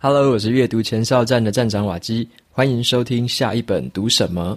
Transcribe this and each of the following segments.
Hello， 我是阅读前哨站的站长瓦基，欢迎收听下一本读什么。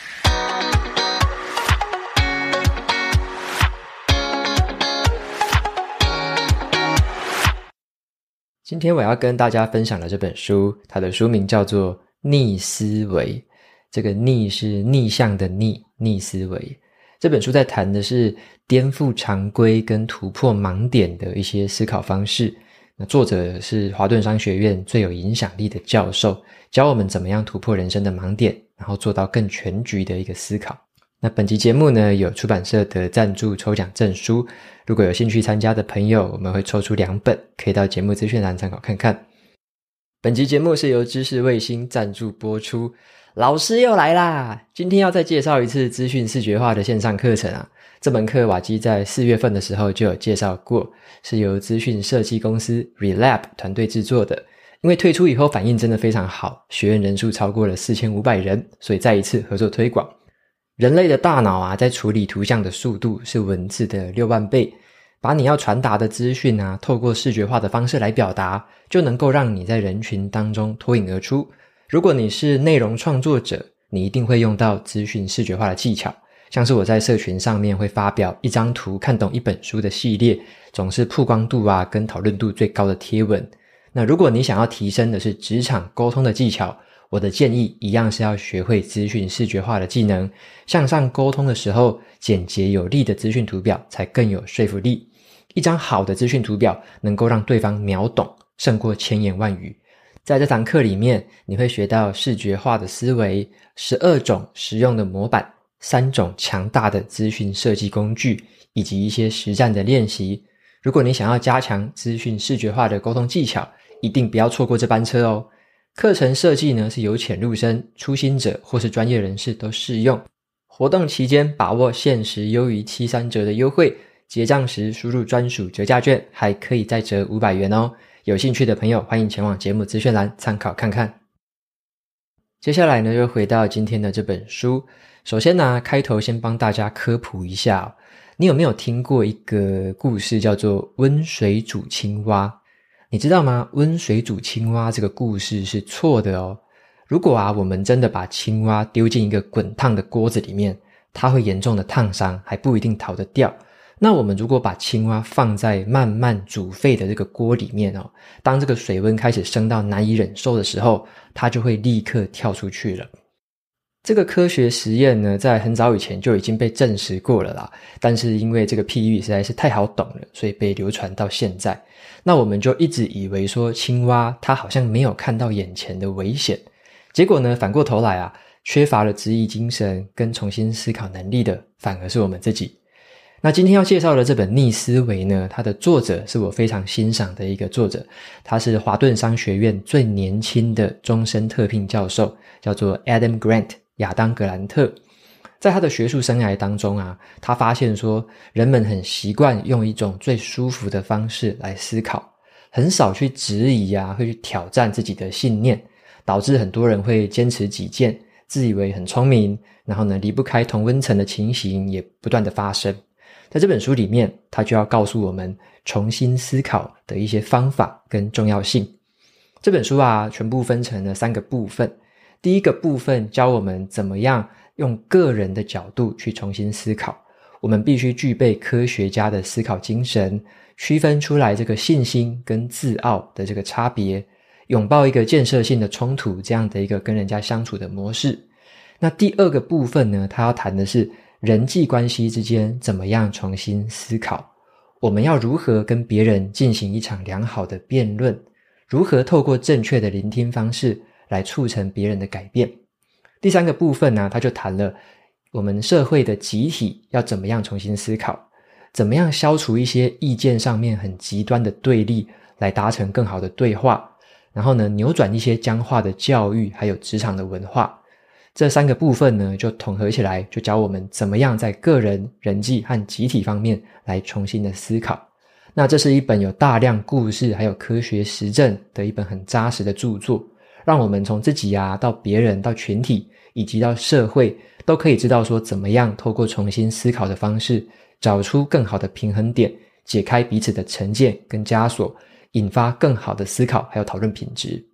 今天我要跟大家分享的这本书，它的书名叫做《逆思维》。这个逆是逆向的逆，逆思维。这本书在谈的是颠覆常规跟突破盲点的一些思考方式。那作者是华顿商学院最有影响力的教授，教我们怎么样突破人生的盲点，然后做到更全局的一个思考。那本集节目呢，有出版社的赞助抽奖证书，如果有兴趣参加的朋友，我们会抽出2本，可以到节目资讯栏参考看看。本集节目是由知识卫星赞助播出。老师又来啦，今天要再介绍一次资讯视觉化的线上课程啊。这门课瓦基在4月份的时候就有介绍过，是由资讯设计公司 Relab 团队制作的。因为推出以后反应真的非常好，学员人数超过了4500人，所以再一次合作推广。人类的大脑啊，在处理图像的速度是文字的6万倍，把你要传达的资讯啊，透过视觉化的方式来表达，就能够让你在人群当中脱颖而出。如果你是内容创作者，你一定会用到资讯视觉化的技巧，像是我在社群上面会发表一张图看懂一本书的系列，总是曝光度啊跟讨论度最高的贴文。那如果你想要提升的是职场沟通的技巧，我的建议一样是要学会资讯视觉化的技能，向上沟通的时候，简洁有力的资讯图表才更有说服力。一张好的资讯图表能够让对方秒懂，胜过千言万语。在这堂课里面，你会学到视觉化的思维，12种实用的模板，3种强大的资讯设计工具，以及一些实战的练习。如果你想要加强资讯视觉化的沟通技巧，一定不要错过这班车哦。课程设计呢，是由浅入深，初心者或是专业人士都适用。活动期间把握限时优于73折的优惠，结账时输入专属折价券，还可以再折500元哦。有兴趣的朋友欢迎前往节目资讯栏参考看看。接下来呢，就回到今天的这本书。首先呢，开头先帮大家科普一下哦，你有没有听过一个故事叫做温水煮青蛙？你知道吗？温水煮青蛙这个故事是错的哦。如果我们真的把青蛙丢进一个滚烫的锅子里面，它会严重的烫伤，还不一定逃得掉。那我们如果把青蛙放在慢慢煮沸的这个锅里面哦，当这个水温开始升到难以忍受的时候，它就会立刻跳出去了。这个科学实验呢，在很早以前就已经被证实过了啦，但是因为这个譬喻实在是太好懂了，所以被流传到现在。那我们就一直以为说青蛙它好像没有看到眼前的危险，结果呢，反过头来缺乏了质疑精神跟重新思考能力的反而是我们自己。那今天要介绍的这本逆思维呢，它的作者是我非常欣赏的一个作者，他是华顿商学院最年轻的终身特聘教授，叫做 Adam Grant 亚当格兰特。在他的学术生涯当中他发现说，人们很习惯用一种最舒服的方式来思考，很少去质疑会去挑战自己的信念，导致很多人会坚持己见，自以为很聪明，然后呢，离不开同温层的情形也不断的发生。在这本书里面，他就要告诉我们重新思考的一些方法跟重要性。这本书全部分成了3个部分。第一个部分教我们怎么样用个人的角度去重新思考，我们必须具备科学家的思考精神，区分出来这个信心跟自傲的这个差别，拥抱一个建设性的冲突这样的一个跟人家相处的模式。那第2个部分呢，他要谈的是人际关系之间怎么样重新思考，我们要如何跟别人进行一场良好的辩论，如何透过正确的聆听方式来促成别人的改变。第3个部分呢，他就谈了我们社会的集体要怎么样重新思考，怎么样消除一些意见上面很极端的对立，来达成更好的对话，然后呢，扭转一些僵化的教育还有职场的文化。这3个部分呢，就统合起来，就教我们怎么样在个人、人际和集体方面来重新的思考。那这是一本有大量故事还有科学实证的一本很扎实的著作，让我们从自己到别人到群体以及到社会都可以知道说怎么样透过重新思考的方式找出更好的平衡点，解开彼此的成见跟枷锁，引发更好的思考还有讨论品质。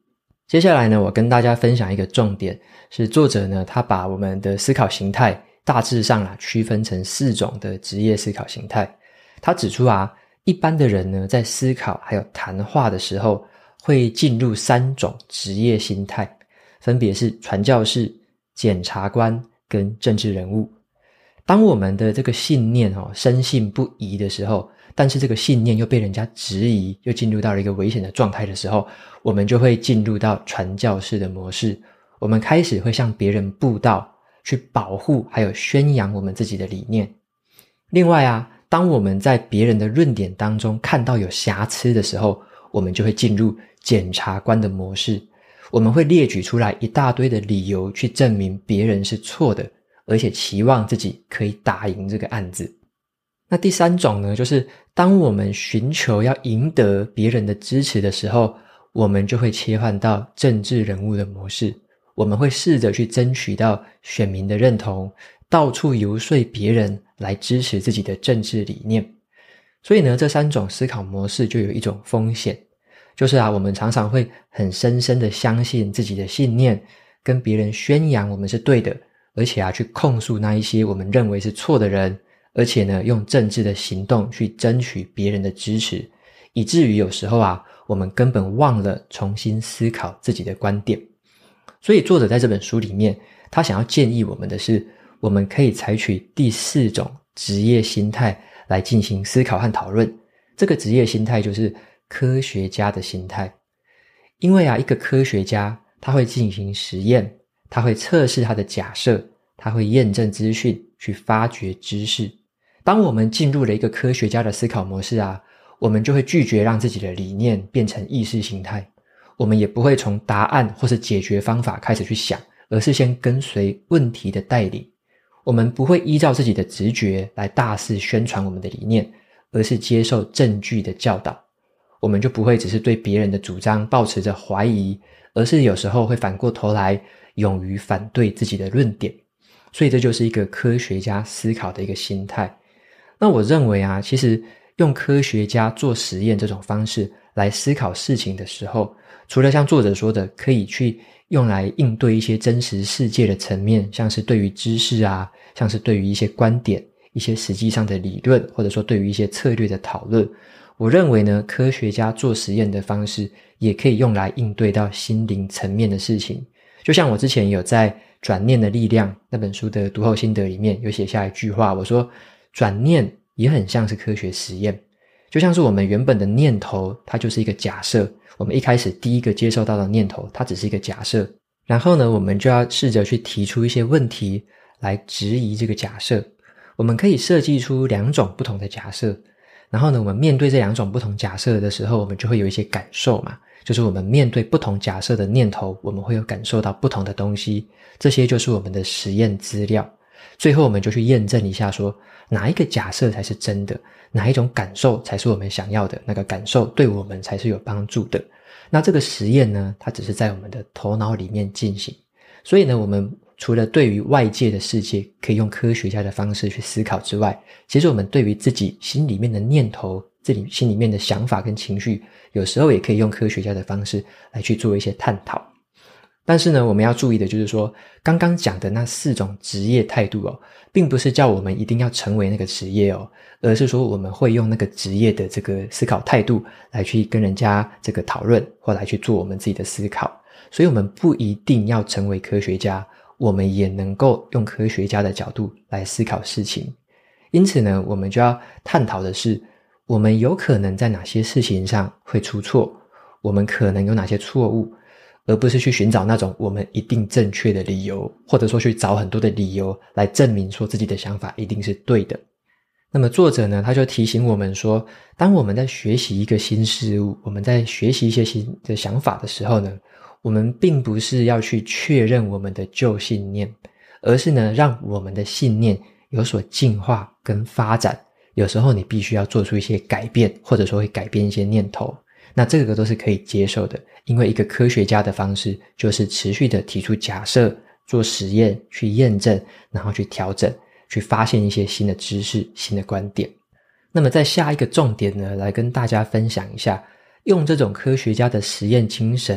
接下来呢，我跟大家分享一个重点，是作者呢，他把我们的思考形态大致上区分成4种的职业思考形态。他指出一般的人呢，在思考还有谈话的时候，会进入3种职业心态，分别是传教士、检察官跟政治人物。当我们的这个信念深信不疑的时候，但是这个信念又被人家质疑，又进入到了一个危险的状态的时候，我们就会进入到传教士的模式。我们开始会向别人布道，去保护还有宣扬我们自己的理念。另外当我们在别人的论点当中看到有瑕疵的时候，我们就会进入检察官的模式。我们会列举出来一大堆的理由去证明别人是错的，而且期望自己可以打赢这个案子。那第3种呢，就是当我们寻求要赢得别人的支持的时候，我们就会切换到政治人物的模式。我们会试着去争取到选民的认同，到处游说别人来支持自己的政治理念。所以呢，这3种思考模式就有一种风险，就是我们常常会很深深的相信自己的信念，跟别人宣扬我们是对的，而且去控诉那一些我们认为是错的人，而且呢，用政治的行动去争取别人的支持，以至于有时候我们根本忘了重新思考自己的观点。所以作者在这本书里面，他想要建议我们的是，我们可以采取第4种职业心态来进行思考和讨论。这个职业心态就是科学家的心态。因为一个科学家他会进行实验，他会测试他的假设，他会验证资讯，去发掘知识。当我们进入了一个科学家的思考模式我们就会拒绝让自己的理念变成意识形态。我们也不会从答案或是解决方法开始去想，而是先跟随问题的带领。我们不会依照自己的直觉来大肆宣传我们的理念，而是接受证据的教导。我们就不会只是对别人的主张抱持着怀疑，而是有时候会反过头来勇于反对自己的论点。所以这就是一个科学家思考的一个心态。那我认为其实用科学家做实验这种方式来思考事情的时候，除了像作者说的可以去用来应对一些真实世界的层面，像是对于知识像是对于一些观点，一些实际上的理论，或者说对于一些策略的讨论，我认为呢，科学家做实验的方式也可以用来应对到心灵层面的事情。就像我之前有在转念的力量那本书的读后心得里面有写下一句话，我说转念也很像是科学实验。就像是我们原本的念头，它就是一个假设，我们一开始第一个接受到的念头，它只是一个假设，然后呢，我们就要试着去提出一些问题来质疑这个假设。我们可以设计出2种不同的假设，然后呢，我们面对这2种不同假设的时候，我们就会有一些感受嘛，就是我们面对不同假设的念头，我们会有感受到不同的东西，这些就是我们的实验资料。最后我们就去验证一下说，哪一个假设才是真的，哪一种感受才是我们想要的，那个感受对我们才是有帮助的。那这个实验呢，它只是在我们的头脑里面进行。所以呢，我们除了对于外界的世界可以用科学家的方式去思考之外，其实我们对于自己心里面的念头，心里面的想法跟情绪，有时候也可以用科学家的方式来去做一些探讨。但是呢，我们要注意的就是说，刚刚讲的那4种职业态度并不是叫我们一定要成为那个职业而是说我们会用那个职业的这个思考态度来去跟人家这个讨论，或来去做我们自己的思考。所以我们不一定要成为科学家，我们也能够用科学家的角度来思考事情。因此呢，我们就要探讨的是，我们有可能在哪些事情上会出错，我们可能有哪些错误，而不是去寻找那种我们一定正确的理由，或者说去找很多的理由来证明说自己的想法一定是对的。那么作者呢，他就提醒我们说，当我们在学习一个新事物，我们在学习一些新的想法的时候呢，我们并不是要去确认我们的旧信念，而是呢，让我们的信念有所进化跟发展。有时候你必须要做出一些改变，或者说会改变一些念头，那这个都是可以接受的。因为一个科学家的方式就是持续的提出假设，做实验，去验证，然后去调整，去发现一些新的知识，新的观点。那么在下一个重点呢，来跟大家分享一下，用这种科学家的实验精神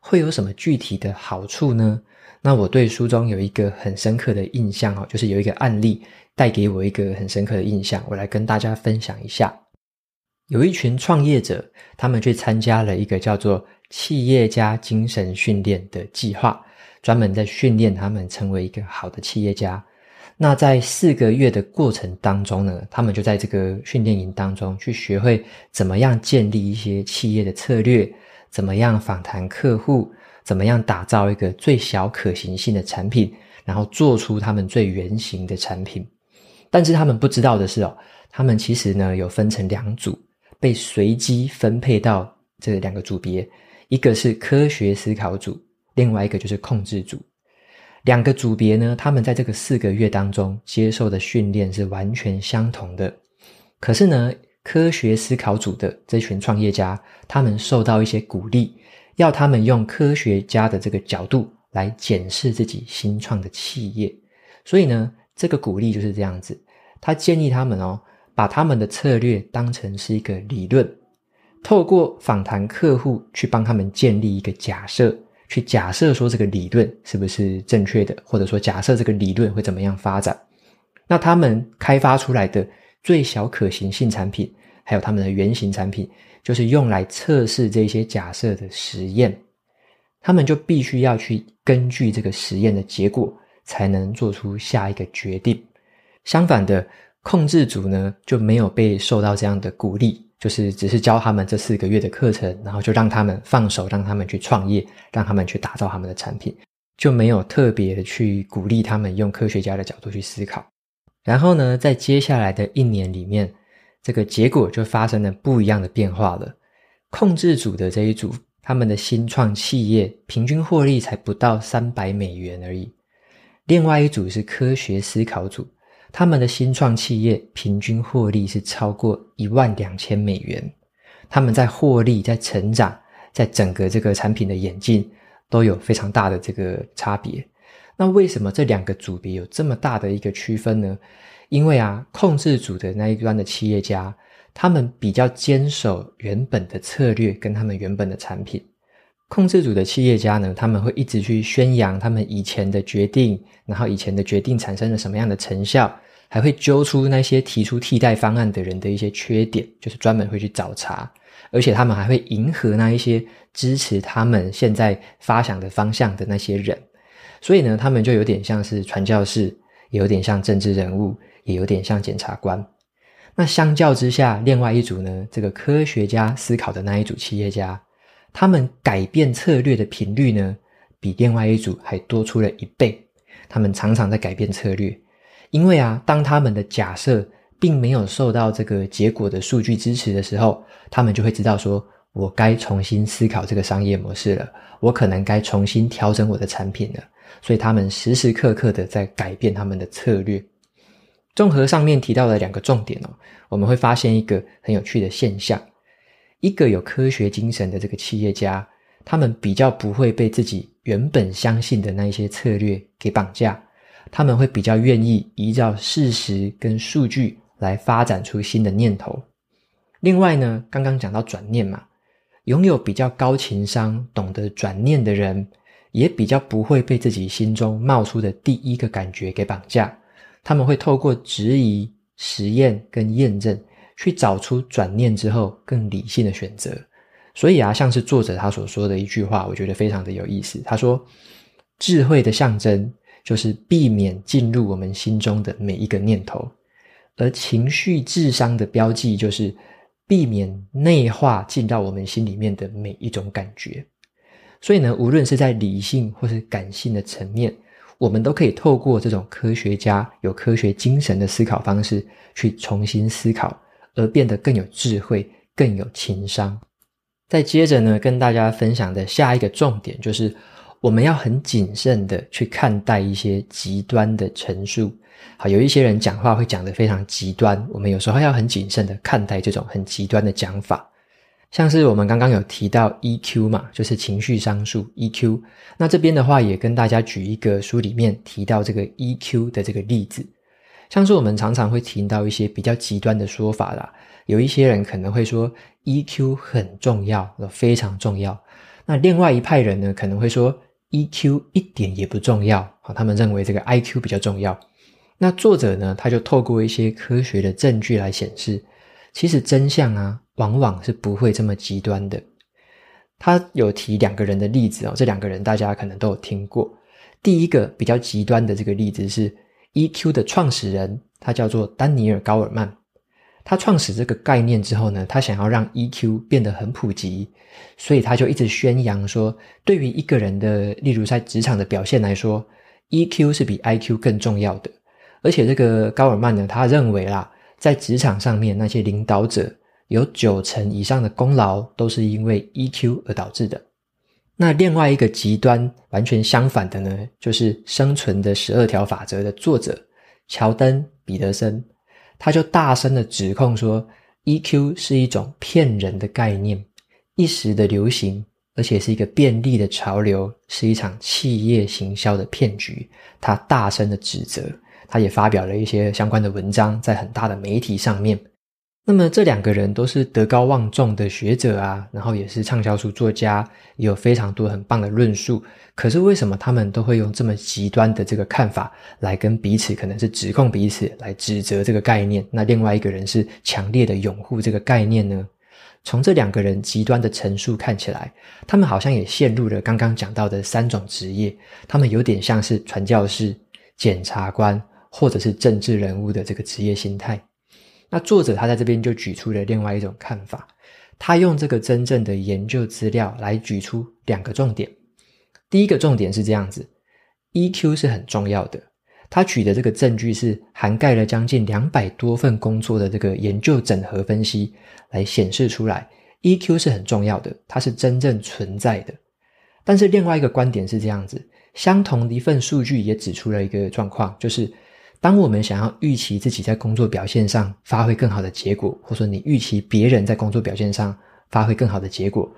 会有什么具体的好处呢？那我对书中有一个很深刻的印象就是有一个案例带给我一个很深刻的印象，我来跟大家分享一下。有一群创业者，他们去参加了一个叫做企业家精神训练的计划，专门在训练他们成为一个好的企业家。那在4个月的过程当中呢，他们就在这个训练营当中去学会怎么样建立一些企业的策略，怎么样访谈客户，怎么样打造一个最小可行性的产品，然后做出他们最原型的产品。但是他们不知道的是他们其实呢有分成2组，被随机分配到这2个组别，一个是科学思考组，另外一个就是控制组。2个组别呢，他们在这个4个月当中接受的训练是完全相同的。可是呢，科学思考组的这群创业家，他们受到一些鼓励，要他们用科学家的这个角度来检视自己新创的企业。所以呢，这个鼓励就是这样子，他建议他们把他们的策略当成是一个理论，透过访谈客户去帮他们建立一个假设，去假设说这个理论是不是正确的，或者说假设这个理论会怎么样发展。那他们开发出来的最小可行性产品，还有他们的原型产品，就是用来测试这些假设的实验。他们就必须要去根据这个实验的结果，才能做出下一个决定。相反的，控制组呢就没有被受到这样的鼓励，就是只是教他们这4个月的课程，然后就让他们放手，让他们去创业，让他们去打造他们的产品，就没有特别的去鼓励他们用科学家的角度去思考。然后呢，在接下来的1年里面，这个结果就发生了不一样的变化了。控制组的这一组，他们的新创企业平均获利才不到$300而已。另外一组是科学思考组，他们的新创企业平均获利是超过$12,000，他们在获利、在成长、在整个这个产品的演进都有非常大的这个差别。那为什么这2个组别有这么大的一个区分呢？因为控制组的那一端的企业家，他们比较坚守原本的策略跟他们原本的产品。控制组的企业家呢，他们会一直去宣扬他们以前的决定，然后以前的决定产生了什么样的成效，还会揪出那些提出替代方案的人的一些缺点，就是专门会去找茬。而且他们还会迎合那一些支持他们现在发想的方向的那些人。所以呢，他们就有点像是传教士，也有点像政治人物，也有点像检察官。那相较之下，另外一组呢，这个科学家思考的那一组企业家，他们改变策略的频率呢，比另外一组还多出了1倍。他们常常在改变策略，因为当他们的假设并没有受到这个结果的数据支持的时候，他们就会知道说，我该重新思考这个商业模式了，我可能该重新调整我的产品了。所以他们时时刻刻的在改变他们的策略。综合上面提到的2个重点我们会发现一个很有趣的现象。一个有科学精神的这个企业家，他们比较不会被自己原本相信的那一些策略给绑架，他们会比较愿意依照事实跟数据来发展出新的念头。另外呢，刚刚讲到转念嘛，拥有比较高情商、懂得转念的人，也比较不会被自己心中冒出的第一个感觉给绑架，他们会透过质疑、实验跟验证，去找出转念之后更理性的选择。所以像是作者他所说的一句话，我觉得非常的有意思。他说，智慧的象征就是避免进入我们心中的每一个念头，而情绪智商的标记就是避免内化进到我们心里面的每一种感觉。所以呢，无论是在理性或是感性的层面，我们都可以透过这种科学家有科学精神的思考方式去重新思考，而变得更有智慧，更有情商。再接着呢，跟大家分享的下一个重点就是我们要很谨慎的去看待一些极端的陈述。好，有一些人讲话会讲得非常极端，我们有时候要很谨慎的看待这种很极端的讲法。像是我们刚刚有提到 EQ 嘛，就是情绪商数 EQ。那这边的话也跟大家举一个书里面提到这个 EQ 的这个例子。像是我们常常会听到一些比较极端的说法啦，有一些人可能会说 EQ 很重要，非常重要。 那另外一派人呢，可能会说 EQ 一点也不重要，他们认为这个 IQ 比较重要。那作者呢，他就透过一些科学的证据来显示，其实真相啊，往往是不会这么极端的。他有提2个人的例子这2个人大家可能都有听过。第一个比较极端的这个例子是 EQ 的创始人，他叫做丹尼尔·高尔曼。他创始这个概念之后呢，他想要让 EQ 变得很普及，所以他就一直宣扬说，对于一个人的例如在职场的表现来说， EQ 是比 IQ 更重要的。而且这个高尔曼呢，他认为啦，在职场上面那些领导者有90%以上的功劳都是因为 EQ 而导致的。那另外一个极端完全相反的呢，就是《生存的12条法则》的作者乔登·彼得森，他就大声的指控说 EQ 是一种骗人的概念，一时的流行，而且是一个便利的潮流，是一场企业行销的骗局。他大声的指责，他也发表了一些相关的文章在很大的媒体上面。那么这2个人都是德高望重的学者啊，然后也是畅销书作家，也有非常多很棒的论述。可是为什么他们都会用这么极端的这个看法来跟彼此可能是指控彼此，来指责这个概念，那另外一个人是强烈的拥护这个概念呢？从这2个人极端的陈述看起来，他们好像也陷入了刚刚讲到的3种职业，他们有点像是传教士、检察官或者是政治人物的这个职业心态。那作者他在这边就举出了另外一种看法，他用这个真正的研究资料来举出2个重点。第一个重点是这样子， EQ 是很重要的。他举的这个证据是涵盖了将近200多份工作的这个研究整合分析，来显示出来 EQ 是很重要的，它是真正存在的。但是另外一个观点是这样子，相同的一份数据也指出了一个状况，就是当我们想要预期自己在工作表现上发挥更好的结果，或者说你预期别人在工作表现上发挥更好的结果，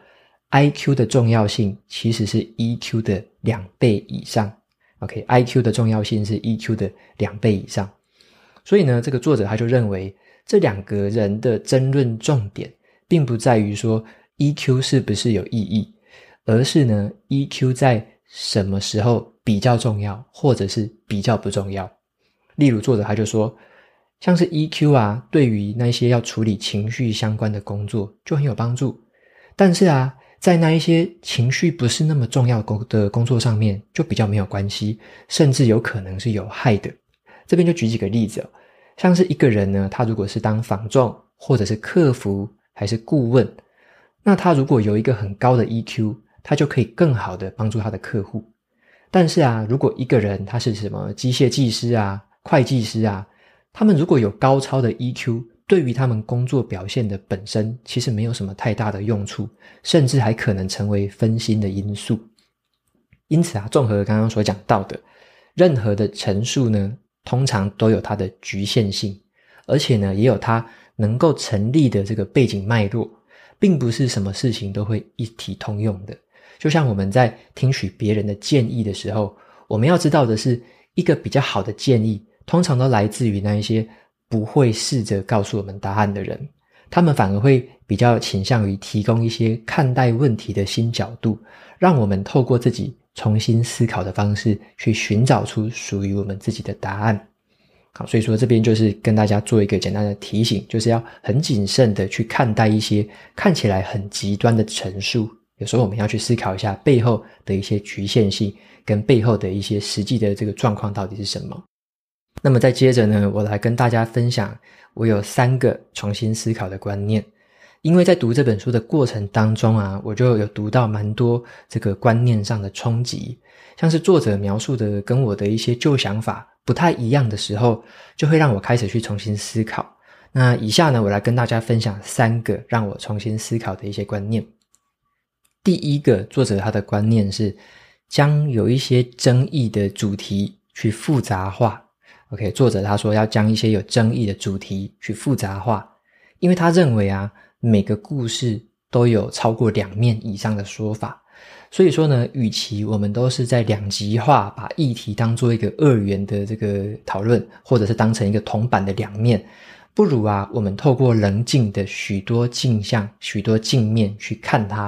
IQ 的重要性其实是 EQ 的2倍以上。OK， IQ 的重要性是 EQ 的2倍以上。所以呢，这个作者他就认为这2个人的争论重点并不在于说 EQ 是不是有意义，而是呢 EQ 在什么时候比较重要，或者是比较不重要。例如作者他就说，像是 EQ 啊，对于那些要处理情绪相关的工作就很有帮助，但是啊，在那一些情绪不是那么重要的工作上面就比较没有关系，甚至有可能是有害的。这边就举几个例子像是一个人呢，他如果是当房仲或者是客服还是顾问，那他如果有一个很高的 EQ， 他就可以更好的帮助他的客户。但是啊，如果一个人他是什么机械技师啊、会计师啊，他们如果有高超的 EQ， 对于他们工作表现的本身其实没有什么太大的用处，甚至还可能成为分心的因素。因此啊，综合刚刚所讲到的，任何的陈述呢，通常都有它的局限性，而且呢，也有它能够成立的这个背景脉络，并不是什么事情都会一体通用的。就像我们在听取别人的建议的时候，我们要知道的是，一个比较好的建议通常都来自于那一些不会试着告诉我们答案的人，他们反而会比较倾向于提供一些看待问题的新角度，让我们透过自己重新思考的方式去寻找出属于我们自己的答案。好，所以说这边就是跟大家做一个简单的提醒，就是要很谨慎的去看待一些看起来很极端的陈述，有时候我们要去思考一下背后的一些局限性跟背后的一些实际的这个状况到底是什么。那么再接着呢，我来跟大家分享我有3个重新思考的观念。因为在读这本书的过程当中啊，我就有读到蛮多这个观念上的冲击，像是作者描述的跟我的一些旧想法不太一样的时候，就会让我开始去重新思考。那以下呢，我来跟大家分享3个让我重新思考的一些观念。第一个，作者他的观念是将有一些争议的主题去复杂化。OK， 作者他说要将一些有争议的主题去复杂化，因为他认为啊，每个故事都有超过2面以上的说法，所以说呢，与其我们都是在2极化，把议题当做一个2元的这个讨论，或者是当成一个铜板的2面，不如啊，我们透过棱镜的许多镜像、许多镜面去看它，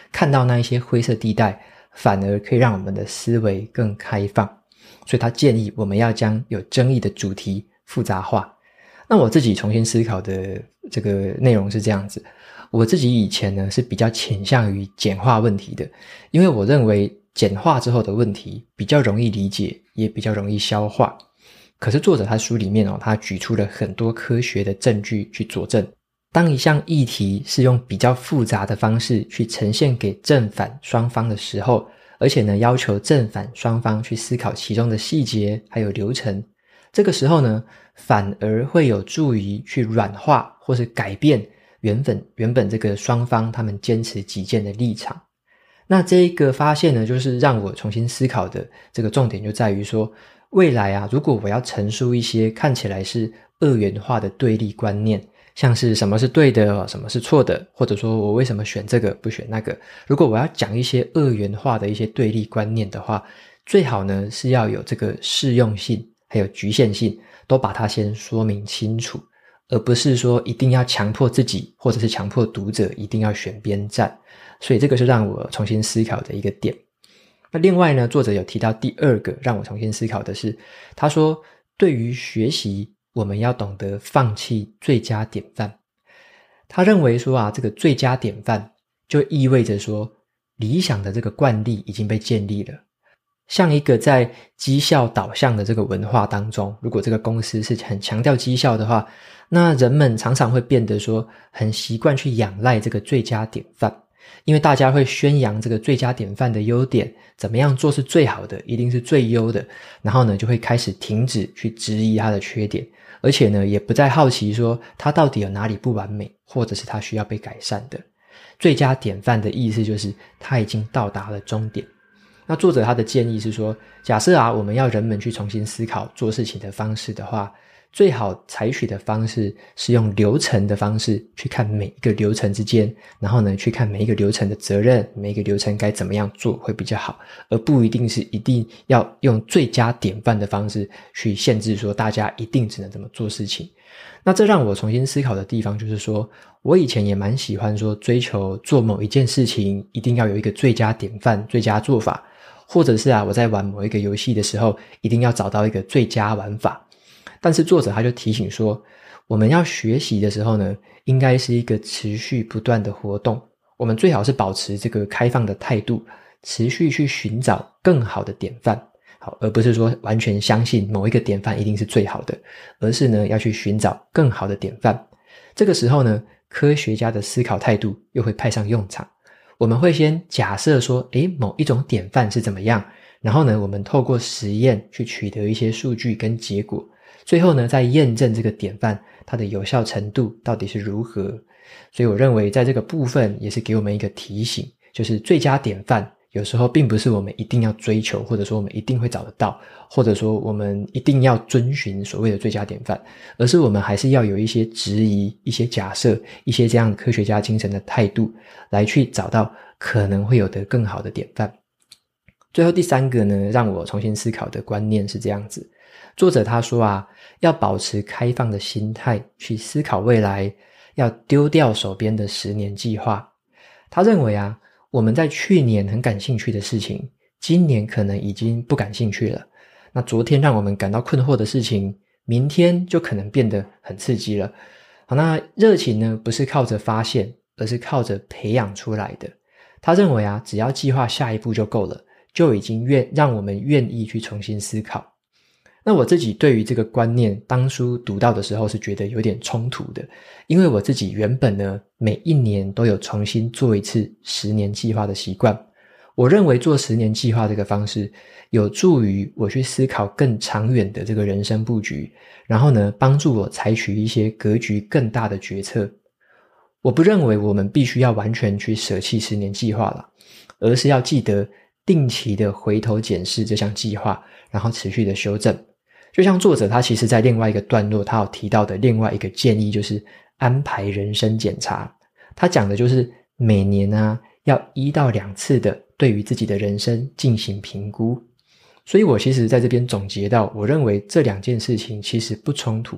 看到那一些灰色地带，反而可以让我们的思维更开放。所以他建议我们要将有争议的主题复杂化。那我自己重新思考的这个内容是这样子，我自己以前呢是比较倾向于简化问题的，因为我认为简化之后的问题比较容易理解，也比较容易消化。可是作者他书里面他举出了很多科学的证据去佐证，当一项议题是用比较复杂的方式去呈现给正反双方的时候，而且呢要求正反双方去思考其中的细节还有流程，这个时候呢反而会有助于去软化或是改变原本这个双方他们坚持己见的立场。那这一个发现呢，就是让我重新思考的这个重点就在于说，未来啊，如果我要陈述一些看起来是二元化的对立观念，像是什么是对的，什么是错的，或者说我为什么选这个不选那个，如果我要讲一些二元化的一些对立观念的话，最好呢是要有这个适用性还有局限性都把它先说明清楚，而不是说一定要强迫自己或者是强迫读者一定要选边站。所以这个是让我重新思考的一个点。那另外呢，作者有提到第二个让我重新思考的是，他说对于学习我们要懂得放弃最佳典范。他认为说啊，这个最佳典范就意味着说理想的这个惯例已经被建立了。像一个在绩效导向的这个文化当中，如果这个公司是很强调绩效的话，那人们常常会变得说很习惯去仰赖这个最佳典范，因为大家会宣扬这个最佳典范的优点，怎么样做是最好的，一定是最优的，然后呢就会开始停止去质疑它的缺点，而且呢也不再好奇说它到底有哪里不完美，或者是它需要被改善的。最佳典范的意思就是它已经到达了终点。那作者他的建议是说，假设啊我们要人们去重新思考做事情的方式的话，最好采取的方式是用流程的方式去看每一个流程之间，然后呢去看每一个流程的责任，每一个流程该怎么样做会比较好，而不一定是一定要用最佳典范的方式去限制说大家一定只能这么做事情。那这让我重新思考的地方就是说，我以前也蛮喜欢说追求做某一件事情一定要有一个最佳典范最佳做法，或者是啊我在玩某一个游戏的时候一定要找到一个最佳玩法。但是作者他就提醒说，我们要学习的时候呢，应该是一个持续不断的活动，我们最好是保持这个开放的态度，持续去寻找更好的典范，好，而不是说完全相信某一个典范一定是最好的，而是呢要去寻找更好的典范。这个时候呢，科学家的思考态度又会派上用场。我们会先假设说某一种典范是怎么样，然后呢我们透过实验去取得一些数据跟结果，最后呢再验证这个典范它的有效程度到底是如何。所以我认为在这个部分也是给我们一个提醒，就是最佳典范有时候并不是我们一定要追求，或者说我们一定会找得到，或者说我们一定要遵循所谓的最佳典范，而是我们还是要有一些质疑，一些假设，一些这样科学家精神的态度，来去找到可能会有的更好的典范。最后第三个呢，让我重新思考的观念是这样子，作者他说啊，要保持开放的心态去思考未来，要丢掉手边的10年计划。他认为啊，我们在去年很感兴趣的事情，今年可能已经不感兴趣了。那昨天让我们感到困惑的事情，明天就可能变得很刺激了。好，那热情呢，不是靠着发现，而是靠着培养出来的。他认为啊，只要计划下一步就够了，就已经让我们愿意去重新思考。那我自己对于这个观念当初读到的时候是觉得有点冲突的，因为我自己原本呢每一年都有重新做一次10年计划的习惯。我认为做10年计划这个方式有助于我去思考更长远的这个人生布局，然后呢帮助我采取一些格局更大的决策。我不认为我们必须要完全去舍弃10年计划了，而是要记得定期的回头检视这项计划，然后持续的修正。就像作者他其实在另外一个段落他有提到的另外一个建议，就是安排人生检查。他讲的就是每年啊要1到2次的对于自己的人生进行评估。所以我其实在这边总结到，我认为这2件事情其实不冲突，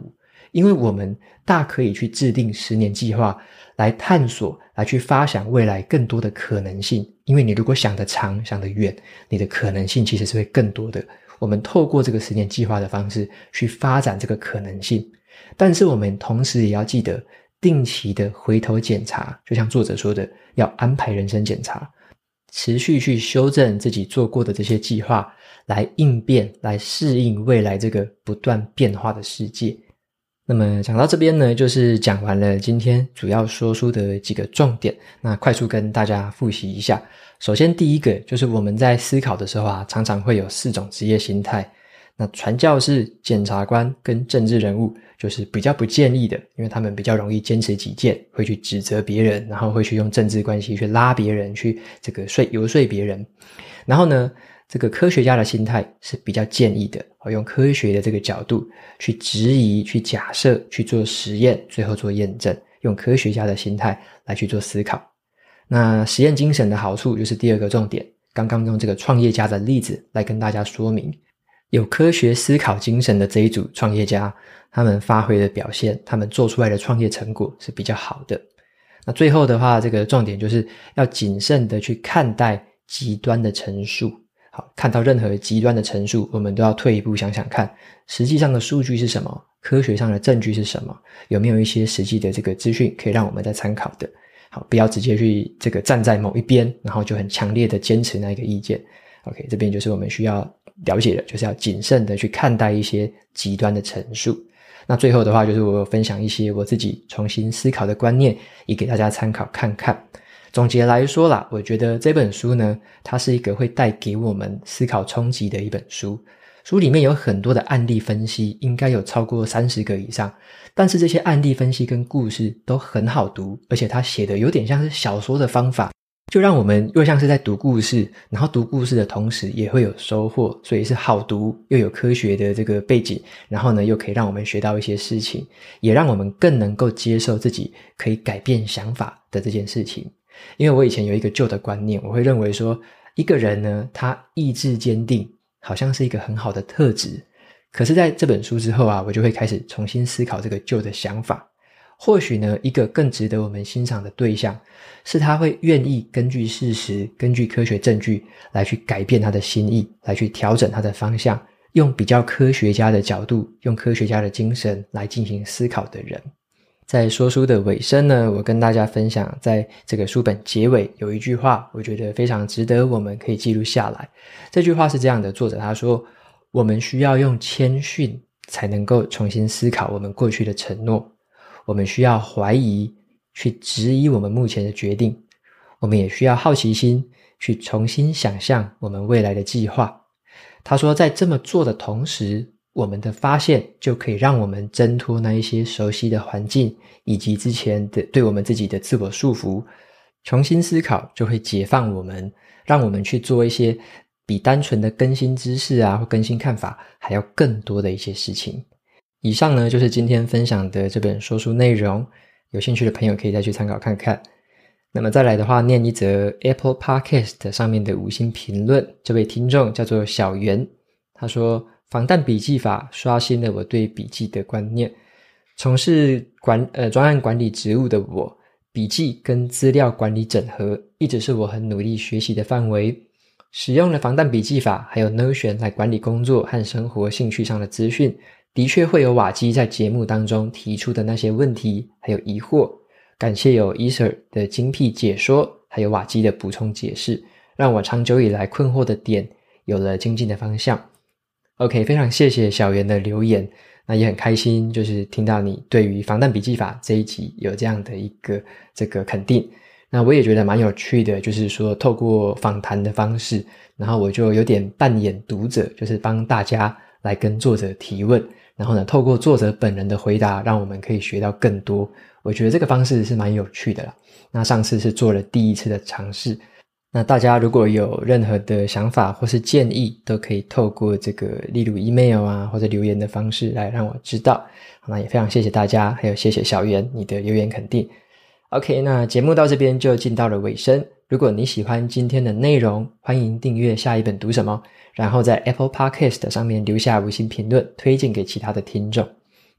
因为我们大可以去制定10年计划，来探索，来去发想未来更多的可能性。因为你如果想得长，想得远，你的可能性其实是会更多的。我们透过这个10年计划的方式去发展这个可能性，但是我们同时也要记得定期的回头检查，就像作者说的，要安排人生检查，持续去修正自己做过的这些计划，来应变，来适应未来这个不断变化的世界。那么讲到这边呢，就是讲完了今天主要说书的几个重点，那快速跟大家复习一下。首先第一个就是我们在思考的时候啊，常常会有4种职业心态。那传教士、检察官跟政治人物就是比较不建议的，因为他们比较容易坚持己见，会去指责别人，然后会去用政治关系去拉别人，去这个游说别人。然后呢，这个科学家的心态是比较建议的，用科学的这个角度去质疑、去假设、去做实验，最后做验证，用科学家的心态来去做思考。那实验精神的好处就是第2个重点，刚刚用这个创业家的例子来跟大家说明，有科学思考精神的这一组创业家，他们发挥的表现，他们做出来的创业成果是比较好的。那最后的话，这个重点就是要谨慎的去看待极端的陈述。好，看到任何极端的陈述，我们都要退一步想想看，实际上的数据是什么？科学上的证据是什么？有没有一些实际的这个资讯可以让我们再参考的？好，不要直接去这个站在某一边，然后就很强烈的坚持那个意见。OK， 这边就是我们需要了解的，就是要谨慎的去看待一些极端的陈述。那最后的话，就是我有分享一些我自己重新思考的观念，也给大家参考看看。总结来说啦，我觉得这本书呢，它是一个会带给我们思考冲击的一本书。书里面有很多的案例分析，应该有超过30个以上，但是这些案例分析跟故事都很好读，而且它写的有点像是小说的方法，就让我们又像是在读故事，然后读故事的同时也会有收获，所以是好读又有科学的这个背景，然后呢又可以让我们学到一些事情，也让我们更能够接受自己可以改变想法的这件事情。因为我以前有一个旧的观念，我会认为说一个人呢，他意志坚定好像是一个很好的特质，可是在这本书之后啊，我就会开始重新思考这个旧的想法。或许呢，一个更值得我们欣赏的对象是他会愿意根据事实，根据科学证据来去改变他的心意，来去调整他的方向，用比较科学家的角度，用科学家的精神来进行思考的人。在说书的尾声呢，我跟大家分享，在这个书本结尾有一句话，我觉得非常值得我们可以记录下来。这句话是这样的，作者他说，我们需要用谦逊才能够重新思考我们过去的承诺，我们需要怀疑去质疑我们目前的决定，我们也需要好奇心去重新想象我们未来的计划。他说，在这么做的同时，我们的发现就可以让我们挣脱那一些熟悉的环境，以及之前的对我们自己的自我束缚。重新思考就会解放我们，让我们去做一些比单纯的更新知识啊或更新看法还要更多的一些事情。以上呢就是今天分享的这本说书内容，有兴趣的朋友可以再去参考看看。那么再来的话，念一则 Apple Podcast 上面的5星评论，这位听众叫做小袁，他说，防弹笔记法刷新了我对笔记的观念。从事专案管理职务的我，笔记跟资料管理整合一直是我很努力学习的范围。使用了防弹笔记法还有 Notion 来管理工作和生活兴趣上的资讯，的确会有瓦基在节目当中提出的那些问题还有疑惑。感谢有 Easer 的精辟解说，还有瓦基的补充解释，让我长久以来困惑的点有了精进的方向。OK， 非常谢谢小袁的留言，那也很开心，就是听到你对于防弹笔记法这一集有这样的一个这个肯定。那我也觉得蛮有趣的，就是说透过访谈的方式，然后我就有点扮演读者，就是帮大家来跟作者提问，然后呢透过作者本人的回答，让我们可以学到更多。我觉得这个方式是蛮有趣的啦。那上次是做了第1次的尝试，那大家如果有任何的想法或是建议，都可以透过这个例如 email 啊或者留言的方式来让我知道。那也非常谢谢大家，还有谢谢小袁你的留言肯定。OK， 那节目到这边就进到了尾声。如果你喜欢今天的内容，欢迎订阅下一本读什么，然后在 Apple Podcast 上面留下5星评论，推荐给其他的听众。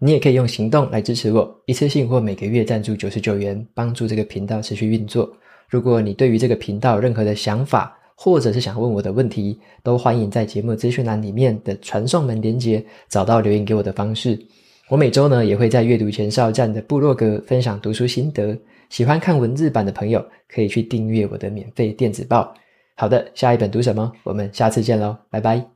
你也可以用行动来支持我，一次性或每个月赞助99元，帮助这个频道持续运作。如果你对于这个频道有任何的想法，或者是想问我的问题，都欢迎在节目资讯栏里面的传送门连结找到留言给我的方式。我每周呢也会在阅读前哨站的部落格分享读书心得，喜欢看文字版的朋友可以去订阅我的免费电子报。好的，下一本读什么？我们下次见咯，拜拜。